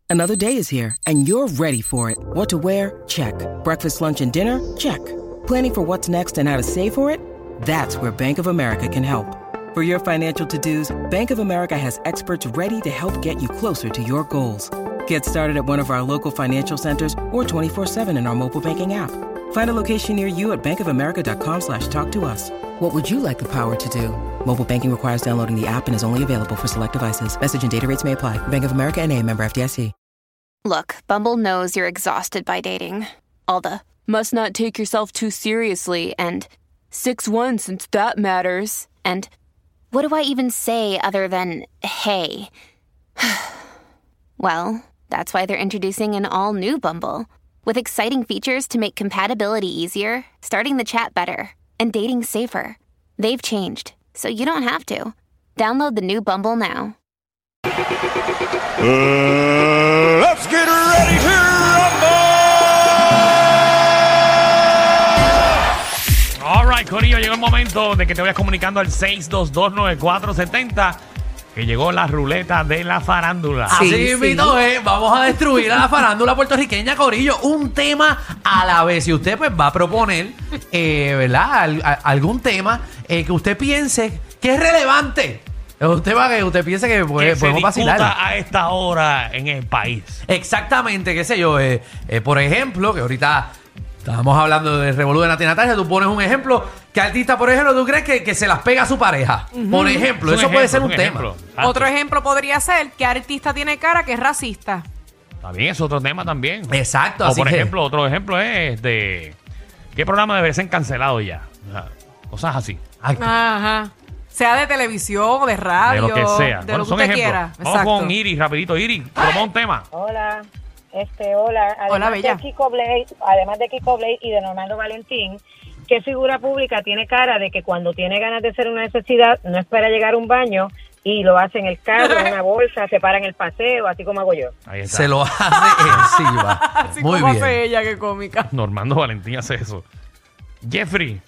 Another day is here, and you're ready for it. What to wear? Check. Breakfast, lunch, and dinner? Check. Planning for what's next and how to save for it? That's where Bank of America can help. For your financial to-dos, Bank of America has experts ready to help get you closer to your goals. Get started at one of our local financial centers or 24/7 in our mobile banking app. Find a location near you at bankofamerica.com/talktous. What would you like the power to do? Mobile banking requires downloading the app and is only available for select devices. Message and data rates may apply. Bank of America N.A., member FDIC. Look, Bumble knows you're exhausted by dating. All the must not take yourself too seriously and 6'1" since that matters. And what do I even say other than hey? Well, that's why they're introducing an all-new Bumble with exciting features to make compatibility easier, starting the chat better, and dating safer. They've changed, so you don't have to. Download the new Bumble now. Let's get ready to rumble! All right, Corillo, llegó el momento de que te vayas comunicando al 6229470, que llegó la ruleta de la farándula. Así mismo es, vamos a destruir a la farándula puertorriqueña, Corillo, un tema a la vez. Y usted pues va a proponer, ¿verdad? Algún tema que usted piense que es relevante. Un tema que usted piense que podemos vacilar a esta hora en el país. Exactamente, qué sé yo. Por ejemplo, que ahorita estábamos hablando del revolú de Nati Natalia. Tú pones un ejemplo. ¿Qué artista, por ejemplo, tú crees que se las pega a su pareja? Por ejemplo, eso puede ser un tema. Otro ejemplo podría ser ¿qué artista tiene cara que es racista? También es otro tema también. Exacto. O por ejemplo, otro ejemplo es ¿qué programa debería ser cancelado ya? O sea, cosas así. Ajá. Sea de televisión, de radio, de lo que sea. de lo que usted quiera. Vamos con Iris, rapidito. Iris, promo un tema. Hola. Hola. Hola, bella. Además de Kiko Blade y de Normando Valentín, ¿qué figura pública tiene cara de que cuando tiene ganas de hacer una necesidad no espera llegar a un baño y lo hace en el carro, en una bolsa, se para en el paseo, así como hago yo? Ahí está. Se lo hace encima. Así Muy como bien. hace ella, qué cómica. Normando Valentín hace eso. Jeffrey.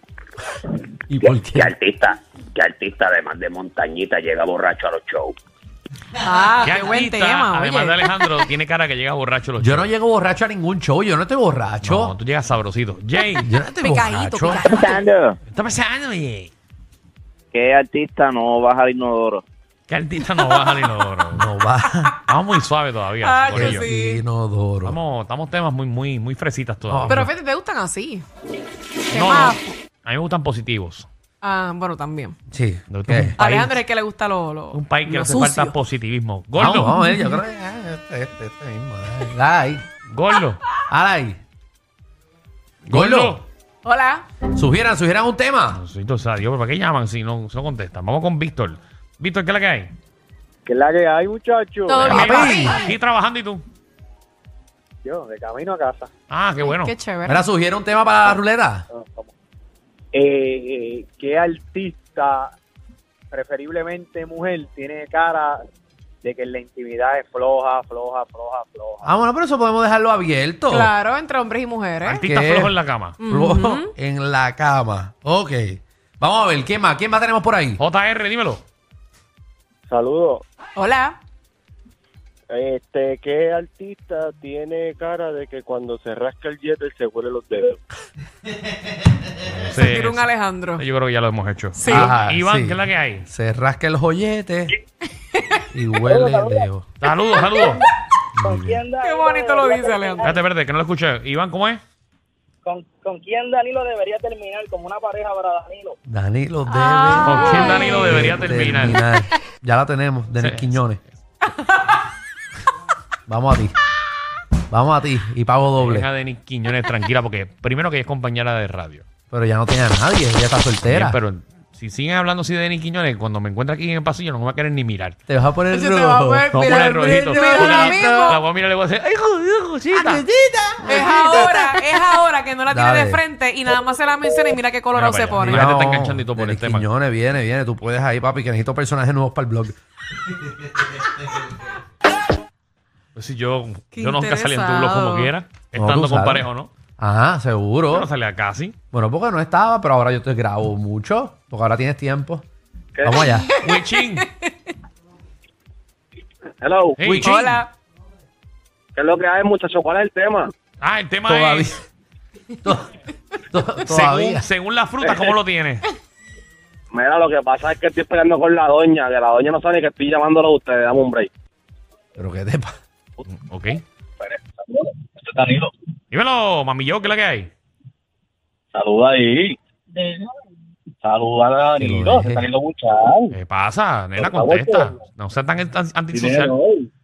¿Y por qué? ¿Qué artista además de montañita llega borracho a los shows? Qué buen tema, además oye. de Alejandro, tiene cara que llega borracho a los Yo shows. no llego borracho a ningún show. Yo no estoy borracho. No, tú llegas sabrosito. Jay, Yo no estoy Picadito, borracho. picadito. ¿qué está pasando, Jay? ¿Qué artista no baja al inodoro? ¿Qué artista no baja al inodoro? No va. Estamos muy suaves todavía. Ah, Corillo. que sí. Inodoro. Estamos temas muy fresitas todavía. Pero fíjate, ¿te gustan así? No, Temas- a mí me gustan positivos. Bueno, también. Sí. Me gusta ¿Qué? un país- Alejandro es que le gusta un país que le lo hace sucio. falta positivismo. Gordo. Vamos a ver, yo creo que este mismo. Dale ahí. Gordo. Dale ahí. Gordo. Hola. Sugieran un tema. Diosito sea Dios, ¿para qué llaman si no contestan? Vamos con Víctor. Víctor, ¿qué es la que hay? ¿Qué es la que hay, muchachos? Todo bien, Papi. Aquí trabajando y tú. Yo, de camino a casa. Ah, qué bueno. Qué chévere. Mira, sugiere un tema para la ruleta. ¿Qué artista, preferiblemente mujer, tiene cara de que en la intimidad es floja? Ah, bueno, pero eso podemos dejarlo abierto. Claro, entre hombres y mujeres. Artista ¿Qué? flojo en la cama. Flojo en la cama. Ok. Vamos a ver, ¿quién más? ¿Quién más tenemos por ahí? JR, dímelo. Saludos. Hola. ¿Qué artista tiene cara de que cuando se rasca el jet él se huele los dedos? Sí, Tiene un Alejandro. yo creo que ya lo hemos hecho. Sí. Ajá, Iván, sí. ¿qué es la que hay? Se rasca el joyete y huele el dedo. Saludos. Qué bonito lo dice Alejandro. Espérate, verde, que no lo escuché. Iván, ¿cómo es? ¿Con quién Danilo debería terminar como una pareja para Danilo? Danilo debe. ¿Con quién Danilo debería terminar? Ya la tenemos, Denis Sí. Quiñones. Vamos a ti y pago doble. Deja de Nick Quiñones tranquila, porque primero que ella es compañera de radio. Pero ya no tiene a nadie, ella está soltera. Bien, pero si siguen hablando así de Nick Quiñones, cuando me encuentre aquí en el pasillo no me va a querer ni mirar. Te vas a poner Ese te va a rojo. poner- No, Mira, poner rojito. mira, Porque ahora mismo. la voy a mirar y le voy a decir, ¡ay, cosita! Es ahora que no la tiene Dale. de frente y nada más se la menciona y mira qué colorado Mira se para allá. pone. Mira, te está enganchando y todo por Denis el tema. Quiñones, viene. Tú puedes ahí, papi, que necesito personajes nuevos para el blog. Pues si yo Qué nunca salí en tu blog interesado. como quiera, No, estando tú con sabes. pareja o no. Ajá, Yo seguro. no salía casi. Bueno, porque no estaba, pero ahora yo te grabo mucho. Porque ahora tienes tiempo. Vamos allá. Wichín. Hello. Hey, Wichín. Hola. ¿Qué es lo que hay, muchachos? ¿Cuál es el tema? Ah, el tema Todavía. es... Todavía. Según la fruta, ¿cómo lo tienes? Mira, lo que pasa es que estoy peleando con la doña, que la doña no sabe ni que estoy llamándolo a ustedes. Dame un break. Pero qué te pasa. Ok. Este es Danilo. Dímelo, mami yo, ¿qué es la que hay? Saluda ahí. Saluda a Danilo. Pero, Se está yendo muchacho. ¿Qué pasa? Nena, Por favor, contesta. No seas tan antisocial.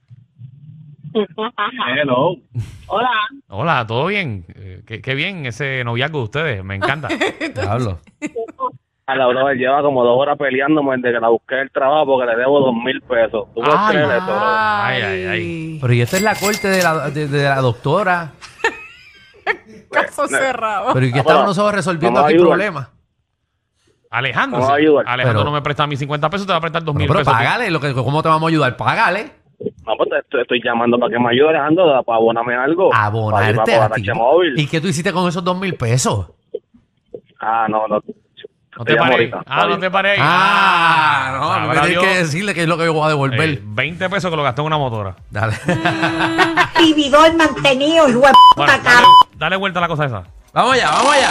Hello. Hola, ¿todo bien? Qué bien ese noviazgo de ustedes. Me encanta. Diablo. A la brother lleva como 2 horas peleándome desde que la busqué el trabajo porque le debo 2,000 pesos. ¿Tú puedes Ay. creer eso, bro? Ay. Pero y esta es la corte de la doctora. Caso cerrado. Pero ¿y qué estamos nosotros resolviendo Vamos a aquí ayudar. problemas? Alejandro. Vamos a sí. ayudar. Alejandro Pero- no me presta mis 50 pesos, te va a prestar 2,000 Pero pesos. págale, ¿cómo te vamos a ayudar? Págale. No, pues te estoy llamando para que me ayudes, Alejandro, para abonarme algo. Abonarte para a ti. H móvil. ¿Y qué tú hiciste con esos 2,000 pesos? No. No te paré. No te paré. No, sabrá me tienes Dios. que decirle qué es lo que yo voy a devolver. 20 pesos que lo gasté en una motora. Dale. Vividor mantenido, hijo de Bueno, puta, cabrón. dale vuelta a la cosa esa. Vamos allá, vamos allá.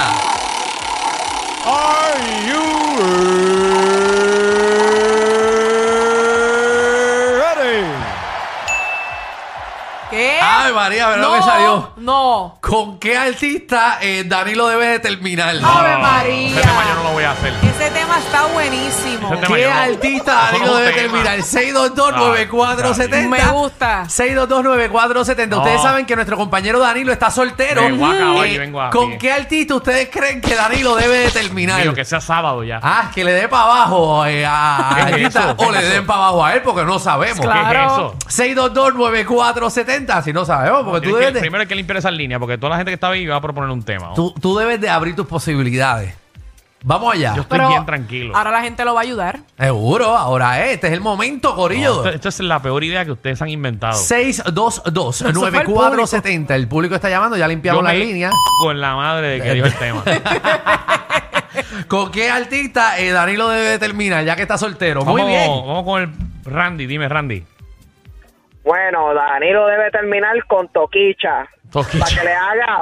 ¿Qué? Ay, María, ¿verdad no, que salió? No. ¿Con qué artista Danilo debe de terminar? Ave María. Ese tema yo no lo voy a hacer. Ese tema está buenísimo. Ese tema ¿Qué yo no- artista Eso Danilo no es un debe tema. terminar? 622-9470. Me gusta. 622-9470. No. Ustedes saben que nuestro compañero Danilo está soltero. Vengo acá hoy, vengo a ¿Con pie. qué artista ustedes creen que Danilo debe de terminar? Digo, que sea sábado ya. Que le dé para abajo a ¿Qué es artista eso? o le den para abajo a él porque no sabemos. Claro. ¿Qué es eso? 622-9470 si no sabemos porque tú debes de... Primero hay que limpiar esa línea porque toda la gente que está ahí va a proponer un tema. ¿no? Tú debes de abrir tus posibilidades. Vamos allá. Yo estoy Pero bien tranquilo. ahora la gente lo va a ayudar. Seguro, ahora este es el momento, No, Corillo. esto es la peor idea que ustedes han inventado. 622-9470. El público está llamando, ya limpiamos Yo las me líneas. con la madre de que dio el tema. ¿Con qué artista Danilo debe terminar ya que está soltero? Muy bien. Vamos con el Randy. Dime, Randy. Bueno, Danilo debe terminar con Toquicha. Toquicha. Para que le haga...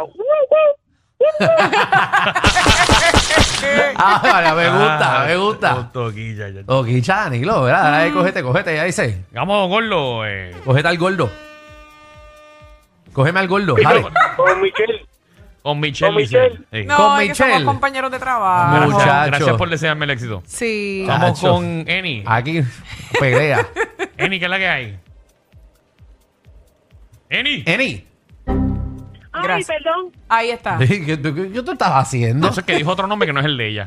María, me gusta, me gusta. Toquilla, ya. Toquicha, Danilo, ¿verdad? Ahí, cógete, ya dice. Vamos, gordo. Cógete al gordo. Cógeme al gordo. Dímelo. Dale. Con Michelle. Con Michelle. Con Michelle. Sí. No, Con es que somos Michelle. compañeros de trabajo. Gracias, Muchacho. gracias por desearme el éxito. Sí. Vamos Chacho. con Eni. Aquí, pelea. Eni, ¿qué es la que hay? Eni. Eni. Gracias. perdón. Ahí está. ¿Qué tú estás haciendo? No sé que dijo otro nombre que no es el de ella.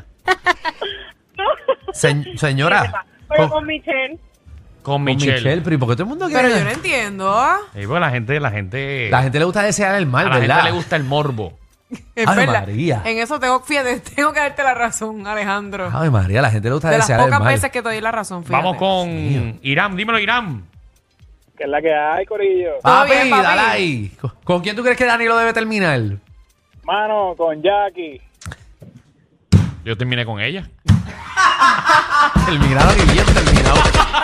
Señora. Pero con Michelle. Con Con Michelle. pero ¿y por qué todo el mundo quiere? Pero yo no entiendo. Sí, pues la gente. La gente le gusta desear el mal, a la ¿verdad? gente le gusta el morbo. Es Ave verdad. María. En eso fíjate, tengo que darte la razón, Alejandro. Ay, María, la gente le gusta De las desear el pocas mal. veces que te doy la razón, fíjate. Vamos con Irán. Dímelo, Irán. ¿Qué es la que hay, Corillo? Papi, Todo bien, papi. dale ahí. ¿Con quién tú crees que Danilo debe terminar? Mano, con Jackie. Yo terminé con ella. Terminado y bien terminado.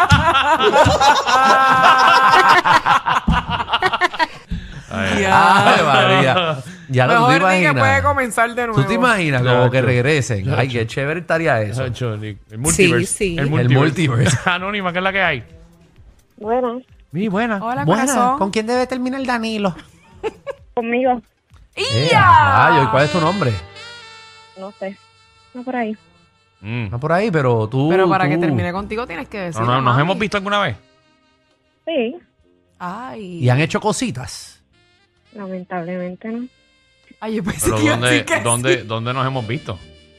Ya. Ay, María. Ya lo tú te Mejor di que puede imaginas. comenzar de nuevo. ¿Tú te imaginas como Nacho. que regresen? Ay, Nacho. qué chévere estaría eso. El multiverse. sí. El El multiverse. Anónima, ¿qué es la que hay? Bueno, Sí, buena. Hola, Buena, corazón. ¿con quién debe terminar Danilo? conmigo. ¿Y cuál es tu nombre? No sé. No por ahí. No por ahí, pero tú. Pero para que tú- termine contigo tienes que decir. ¿Nos hemos visto alguna vez? Sí, Ay. ¿Y han hecho cositas? lamentablemente no. Ay, yo pensé Pero que iba a decir que sí. ¿dónde nos hemos visto?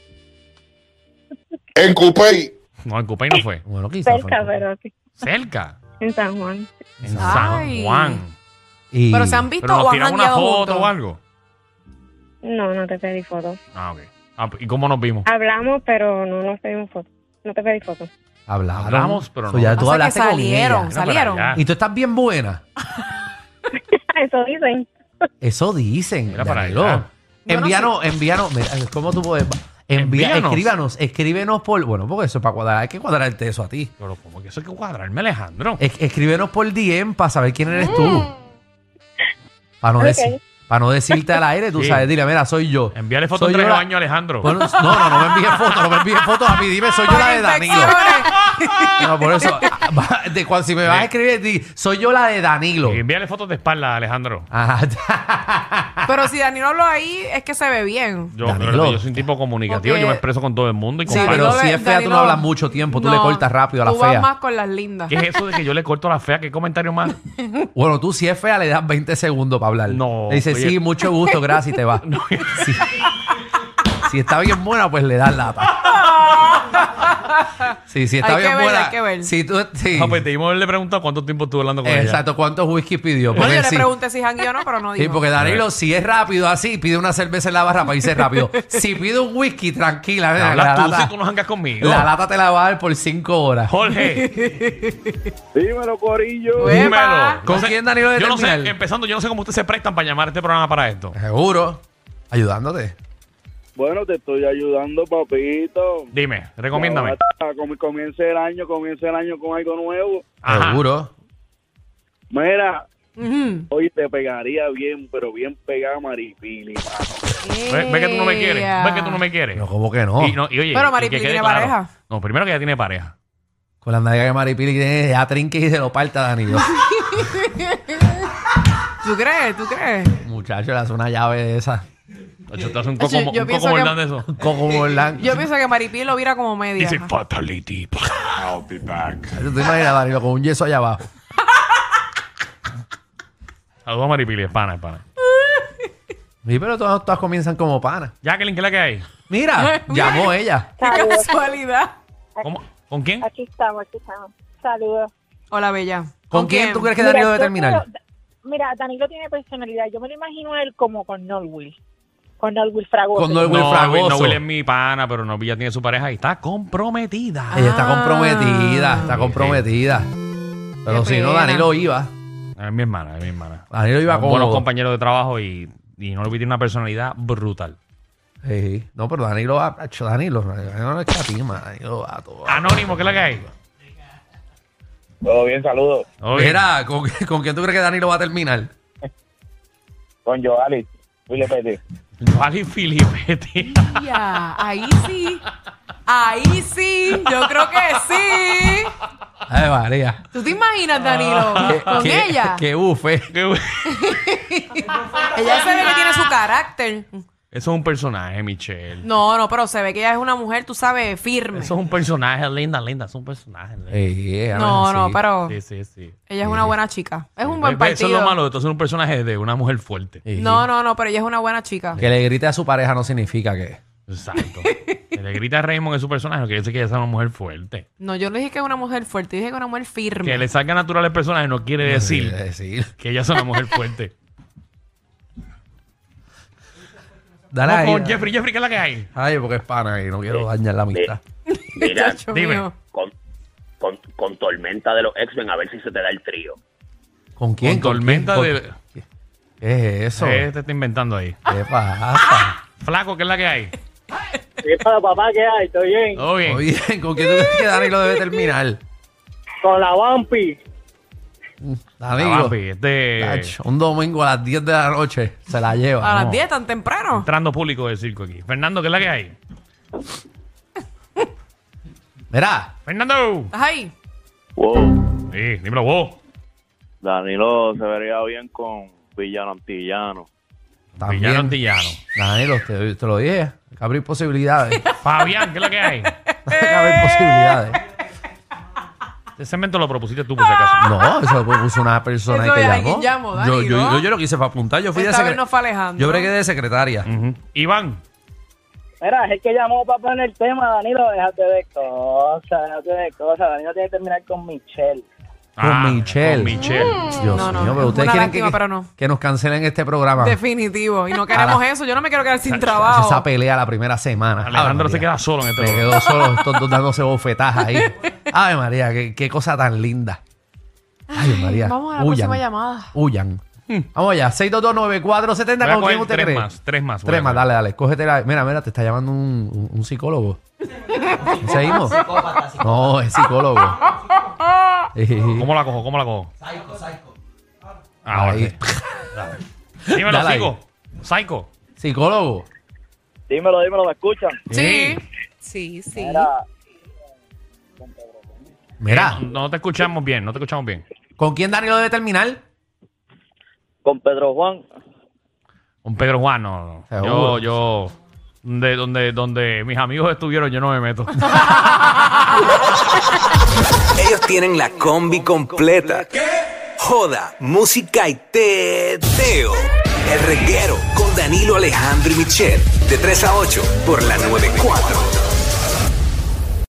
En Coupey. No, el Cupay no fue. Bueno, quizás. Cerca, pero sí. Cerca. En San Juan. En Ay. San Juan. Y... Pero se han visto Pero nos o han tiramos una jangueado foto juntos. o algo. No, no te pedí fotos. Ah, ok. ¿Y cómo nos vimos? Hablamos, pero no nos pedimos fotos. No te pedí fotos. Hablamos, pero So, no. ya tú O sea, que hablaste con salieron, ella. Mira para salieron. allá. Y tú estás bien buena. Eso dicen. Eso dicen. Mira para Danilo. allá. Yo no Envíanos. Mira, ¿cómo tú puedes? Envíanos. Escríbenos por. Bueno, porque eso es para cuadrar. Hay que cuadrarte eso a ti. Pero ¿cómo que eso hay que cuadrarme, Alejandro? Escríbenos por DM para saber quién eres tú. Para no decirte al aire, tú Sí. sabes, dile, mira, soy yo. Envíale fotos Soy en traje yo de la- baño a Alejandro. Bueno, no me envíes fotos, no me envíes fotos a mí. Dime, soy yo la de Danilo. No, por eso, si me vas a escribir, soy yo la de Danilo. Y envíale fotos de espalda a Alejandro. Ajá. Pero si Danilo habló ahí, es que se ve bien. Yo soy un tipo comunicativo, Porque- yo me expreso con todo el mundo y Sí, comparto. pero Danilo si le- es fea, tú no Danilo- hablas mucho tiempo, tú No, le cortas rápido a la tú vas fea. más con las lindas. ¿Qué es eso de que yo le corto a la fea? ¿Qué comentario más? Bueno, tú si es fea, le das 20 segundos para hablar. No, Le dices, oye. sí, mucho gusto, gracias, y te vas. Sí. Si está bien buena, pues le das lata. Sí, si está Hay que bien ver, buena. hay que ver. Si tú, sí. Ah, pues te dimos haberle preguntado cuánto tiempo estuve hablando con ella. Exacto, ¿cuántos whisky pidió? Bueno, Porque yo le sí. pregunté si jangueó o no, pero no dijo. Sí, porque Danilo, si es rápido así, pide una cerveza en la barra para irse rápido. Si pide un whisky, tranquila. ¿Me mira, hablas la tú lata- si tú no jangas conmigo? La lata te la va a dar por 5 horas. Jorge, Dímelo, Corillo. Pues, dímelo. ¿Con quién Danilo de Yo no sé, terminal? empezando, yo no sé cómo ustedes se prestan para llamar a este programa para esto. Seguro. Ayudándote. Bueno, te estoy ayudando, papito. Dime, recomiéndame. Comience el año con algo nuevo. Ajá. Seguro. Mira, Ujú. hoy te pegaría bien, pero bien pegada Maripili, mano. Ve que tú no me quieres. Ve que tú no me quieres. No, ¿cómo que no? Y oye, Pero y Maripili que quede tiene pareja. No, primero que ella tiene pareja. Con la nalga de Maripili tiene ya trinque y se lo parta Danilo. ¿Tú crees? ¿Tú crees? Muchacho, le hace una llave de esa. Ocho, te hace un Yo coco, un pienso coco que- mordán de eso. Coco Morlán. Yo pienso que Maripili lo vira como media. Dice fatality. I'll be back. ¿Tú te imaginas a Danilo con un yeso allá abajo? Saludos a Maripili, es pana, es pana. Sí, pero todas comienzan como panas. Jacqueline, ¿qué es la que hay? Mira, llamó ella. ¡Qué casualidad! ¿Cómo? ¿Con quién? Aquí estamos. Saludos. Hola, bella. ¿Con quién tú crees que Danilo debe terminar? Mira, Danilo tiene personalidad. Yo me lo imagino a él como con Norwil. Con Norwil Fragoso. Con Norwil Fragoso. No, Will es mi pana, pero no, ya tiene su pareja y está comprometida. Ella está comprometida. Pero Qué si no, pena. Danilo iba. Es mi hermana, es mi hermana. Danilo iba Son como... buenos compañeros de trabajo y no le tiene una personalidad brutal. Sí. No, pero Danilo va... Danilo no es chatima. Danilo va a todo. Anónimo, ¿qué es la que hay? Todo bien, saludos. Oye, Mira, ¿con quién tú crees que Danilo va a terminar? Con Joali, Filipe. Joali Filipetti. Ya, ahí sí. Ahí sí. Yo creo que sí. Ay, María. ¿Tú te imaginas, Danilo? Con ella. Qué bufe. Ella se ve que tiene su carácter. Eso es un personaje, Michelle. No, pero se ve que ella es una mujer, tú sabes, firme. Eso es un personaje, linda. Es un personaje. linda. Ella No, es no, así. pero Sí. ella es una buena chica. Es un buen Ve, eso es lo partido. malo de esto, es un personaje de una mujer fuerte. Sí. No, pero ella es una buena chica. Que le grite a su pareja no significa que... Exacto. Que le grita a Raymond en su personaje, no quiere decir que ella sea una mujer fuerte. No, yo no dije que es una mujer fuerte, dije que es una mujer firme. Que le salga natural el personaje no quiere decir decir. que ella es una mujer fuerte. Dale Vamos ahí. con Jeffrey, ¿qué es la que hay? Ay, porque es pana y no quiero dañar la amistad. Mira, Chacho dime. mío. con Tormenta de los X-Men, a ver si se te da el trío. ¿Con quién? Con Tormenta quién? de... ¿Qué es eso? Te está inventando ahí. ¿Qué pasa? Flaco, ¿qué es la que hay? ¿Qué para papá que hay? ¿Estoy bien? Todo bien. Oye, ¿con quién tú crees que Danilo debe terminar? Con la Vampi. Danilo. Papi, Tacho, un domingo a las 10 de la noche se la lleva. A las No. 10 tan temprano. entrando público del circo aquí. Fernando, ¿qué es la que hay? Mira, Fernando. ¿Estás ahí? Wow. Sí, dímelo vos. Danilo se vería bien con Villano Antillano. también. Villano Antillano. Danilo, te lo dije. Hay que abrir posibilidades. Fabián, ¿qué es la que hay? Hay que abrir posibilidades. Ese segmento lo propusiste tú, por si acaso. No, eso lo puso una persona Eso que es llamó. alguien llamó, yo, Danilo. yo lo quise para apuntar. Yo fui de Esta vez secretaria. no fue Alejandro. Yo bregué de secretaria. Ujú. Iván. Mira, es el que llamó para poner el tema, Danilo, déjate de cosas. Danilo tiene que terminar con Michelle. Con Michelle. Con Michelle. Dios No, mío, pero ustedes una quieren lástima, pero no. que nos cancelen este programa. Definitivo. Y no queremos eso. Yo no me quiero quedar sin trabajo. Esa pelea la primera semana. Alejandro Ave se María. queda solo en este Me programa. quedo solo, estos dos dándose bofetadas ahí. Ave María, qué cosa tan linda. Ay, María. Vamos a la Huyan. próxima llamada. Huyan. Vamos allá, 6229470. Voy a ¿Con quién coger usted tres cree? más, tres más. Tres más, dale. Cógete la... Mira, te está llamando un psicólogo. ¿Seguimos? No, es psicólogo. ¿Cómo la cojo? Ahora Ahí. sí. Dale. Dímelo, Dale ahí. Psycho. Psicólogo. Dímelo, ¿me escuchan? Sí. Sí, sí. Mira, No te escuchamos bien, ¿con quién Danilo debe terminar? Con Pedro Juan. Un Pedro Juan, no. Seguro. Yo donde mis amigos estuvieron, yo no me meto. Ellos tienen la combi completa. Joda, música y teo. El reguero con Danilo Alejandro y Michel. De 3 a 8 por la 94.